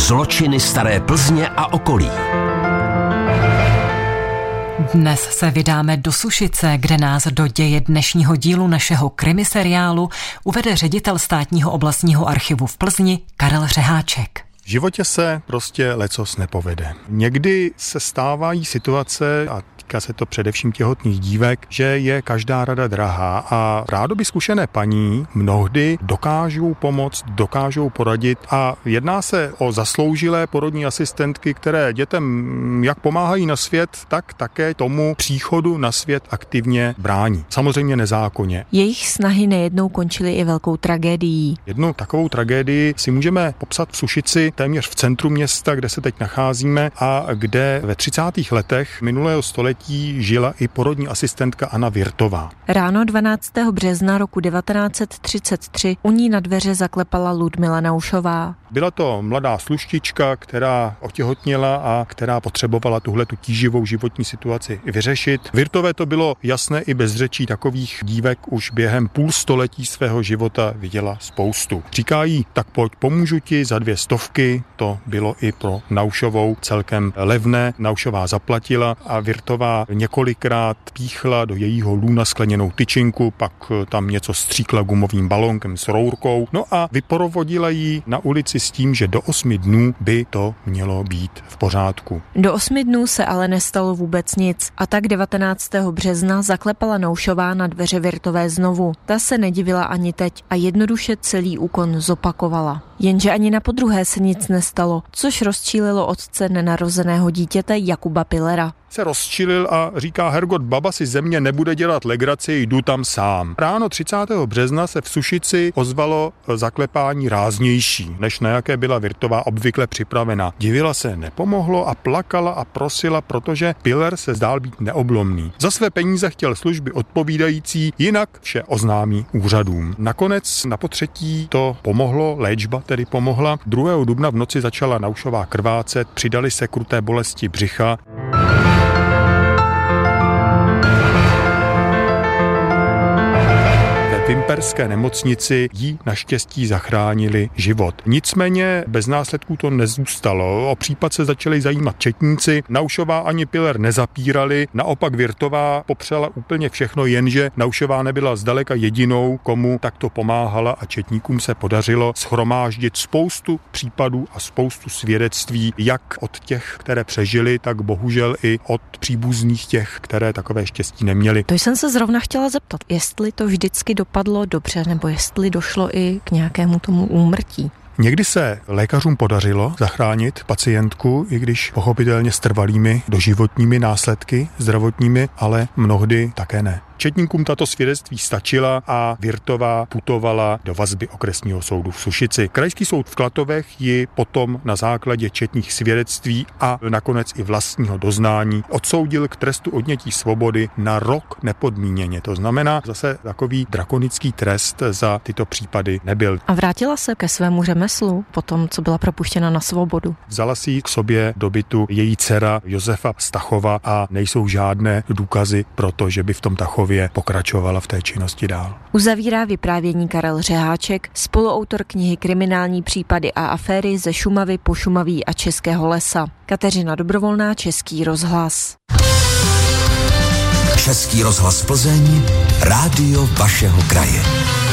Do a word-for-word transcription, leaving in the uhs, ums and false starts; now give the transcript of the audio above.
Zločiny staré Plzně a okolí. Dnes se vydáme do Sušice, kde nás do děje dnešního dílu našeho krimiseriálu uvede ředitel Státního oblastního archivu v Plzni Karel Řeháček. V životě se prostě lecos nepovede. Někdy se stávají situace, a týká se to především těhotných dívek, že je každá rada drahá a rádoby zkušené paní mnohdy dokážou pomoct, dokážou poradit a jedná se o zasloužilé porodní asistentky, které dětem jak pomáhají na svět, tak také tomu příchodu na svět aktivně brání. Samozřejmě nezákonně. Jejich snahy nejednou končily i velkou tragédií. Jednu takovou tragédii si můžeme popsat v Sušici, téměř v centru města, kde se teď nacházíme a kde ve třicátých letech minulého století žila i porodní asistentka Anna Virtová. Ráno dvanáctého března roku devatenáct set třicet tři u ní na dveře zaklepala Ludmila Naušová. Byla to mladá sluštička, která otěhotněla a která potřebovala tuhle tu tíživou životní situaci vyřešit. Virtové to bylo jasné i bez řečí, takových dívek už během půl století svého života viděla spoustu. Říká jí, tak pojď, pomůžu ti za dvě stovky. To bylo i pro Naušovou celkem levné. Naušová zaplatila a Virtová několikrát píchla do jejího lůna skleněnou tyčinku, pak tam něco stříkla gumovým balónkem s rourkou. No a vyprovodila ji na ulici s tím, že do osmi dnů by to mělo být v pořádku. Do osmi dnů se ale nestalo vůbec nic a tak devatenáctého března zaklepala Naušová na dveře Virtové znovu. Ta se nedivila ani teď a jednoduše celý úkon zopakovala. Jenže ani na podruhé se nic nestalo, což rozčílilo otce nenarozeného dítěte Jakuba Pillera. Se rozčilil a říká, hergot, baba si ze mě nebude dělat legraci, jdu tam sám. Ráno třicátého března se v Sušici ozvalo zaklepání ráznější, než na jaké byla Virtová obvykle připravena. Divila se, nepomohlo a plakala a prosila, protože Piller se zdál být neoblomný. Za své peníze chtěl služby odpovídající, jinak vše oznámí úřadům. Nakonec na potřetí to pomohlo, léčba tedy pomohla. druhého dubna v noci začala Naušová krvácet, přidaly se kruté bolesti břicha. V Vimperské nemocnici jí naštěstí zachránili život. Nicméně bez následků to nezůstalo. O případ se začali zajímat četníci. Naušová ani Piller nezapírali, naopak Virtová popřela úplně všechno, jenže Naušová nebyla zdaleka jedinou, komu takto pomáhala a četníkům se podařilo shromáždit spoustu případů a spoustu svědectví, jak od těch, které přežili, tak bohužel i od příbuzných těch, které takové štěstí neměli. To jsem se zrovna chtěla zeptat, jestli to vždycky dopadlo dobře, nebo jestli došlo i k nějakému tomu úmrtí. Někdy se lékařům podařilo zachránit pacientku, i když pochopitelně s trvalými doživotními následky zdravotními, ale mnohdy také ne. Četníkům tato svědectví stačila a Virtová putovala do vazby okresního soudu v Sušici. Krajský soud v Klatovech ji potom na základě četných svědectví a nakonec i vlastního doznání odsoudil k trestu odnětí svobody na rok nepodmíněně. To znamená, zase takový drakonický trest za tyto případy nebyl. A vrátila se ke svému řemeslu potom, co byla propuštěna na svobodu. Vzala si ji k sobě do bytu její dcera Josefa Stachova a nejsou žádné důkazy pro to, že by v tom Tachově pokračovala v té činnosti dál. Uzavírá vyprávění Karel Řeháček, spoluautor knihy Kriminální případy a aféry ze Šumavy, Pošumaví a Českého lesa. Kateřina Dobrovolná, Český rozhlas. Český rozhlas Plzeň, rádio vašeho kraje.